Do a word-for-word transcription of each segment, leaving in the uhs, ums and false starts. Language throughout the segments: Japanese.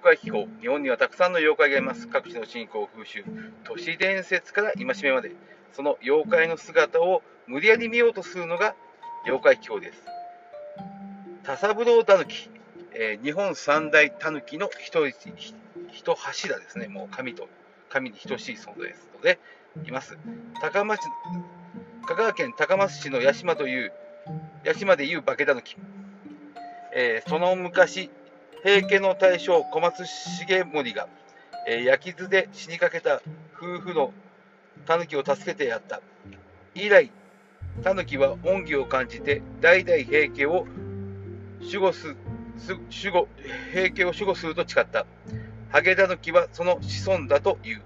怪気候。日本にはたくさんの妖怪がいます。各地の信仰、風習、都市伝説から戒めまで、その妖怪の姿を無理やり見ようとするのが妖怪気候です。田三郎タヌキ、えー、日本三大タヌキの一一柱ですね。もう神と神に等しい存在ですのでいます。高松香川県高松市の八島という八島でいう化けタヌキ、えー、その昔平家の大将小松重盛が、えー、焼き津で死にかけた夫婦のタヌキを助けてやった。以来タヌキは恩義を感じて代々平家を守護す守護平家を守護すると誓った。ハゲタヌキはその子孫だという。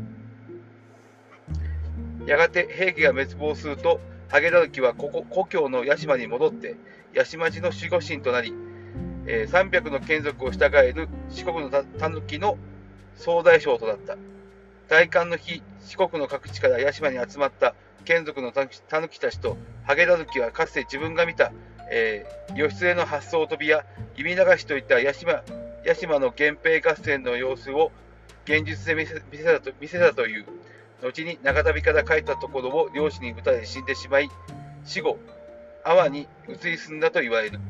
やがて平家が滅亡すると、ハゲタヌキはここ故郷の屋島に戻って屋島寺の守護神となり、えー、さんびゃくの眷属を従える四国のタヌキの総大将となった。大寒の日、四国の各地から屋島に集まった眷属のタヌキたちとハゲタヌキはかつて自分が見た、えー、義経の発想飛びや弓流しといった屋島屋島の源平合戦の様子を現実で見せ、見せたと、見せたという。後に長旅から帰ったところを漁師に撃たれ死んでしまい、死後、阿波に移り住んだと言われる。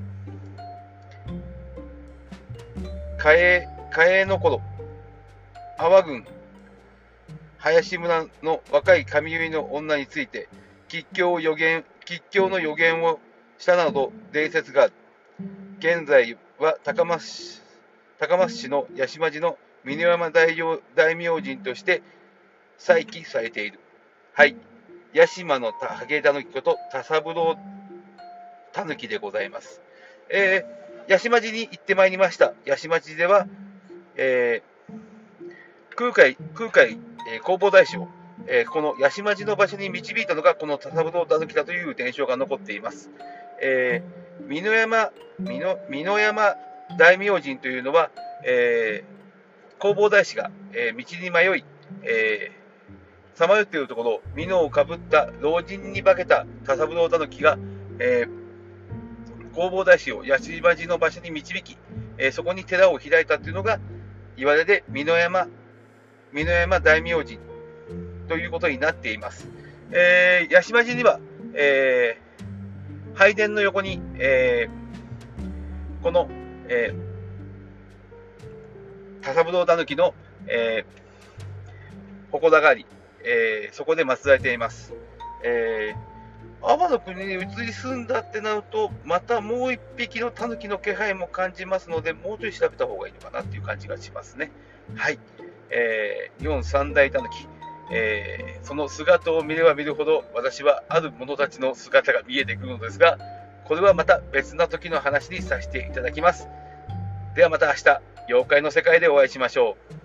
嘉永、嘉永の頃、阿波郡林村の若い髪結いの女について、吉凶を予言、吉凶の予言をしたなど伝説がある。現在は高松市、高松市の八島寺の美濃山大明神として再起されている。はい。八島のハゲタヌキこと田三郎タヌキでございます。えー、八島寺に行ってまいりました。八島寺では、えー、空海、空海、えー、弘法大師を、えー、この八島寺の場所に導いたのがこの田三郎タヌキだという伝承が残っています。えー、美濃山、美濃、美濃山大明神というのは、えー、弘法大師が、えー、道に迷い、えーさまよっているところ、美濃をかぶった老人に化けた田三郎タヌキが、えー、弘法大師を八島寺の場所に導き、えー、そこに寺を開いたというのが言われで美濃山、美濃山大明神ということになっています。えー、八島寺には、えー、拝殿の横に、えー、この、えー、田三郎タヌキの、えー、祠があり、えー、そこで祀られています。えー、阿波の国に移り住んだってなると、またもう一匹のタヌキの気配も感じますので、もうちょい調べた方がいいのかなっていう感じがしますね。はい。えー、日本三大タヌキ、えー、その姿を見れば見るほど、私はある者たちの姿が見えてくるのですが、これはまた別な時の話にさせていただきます。ではまた明日、妖怪の世界でお会いしましょう。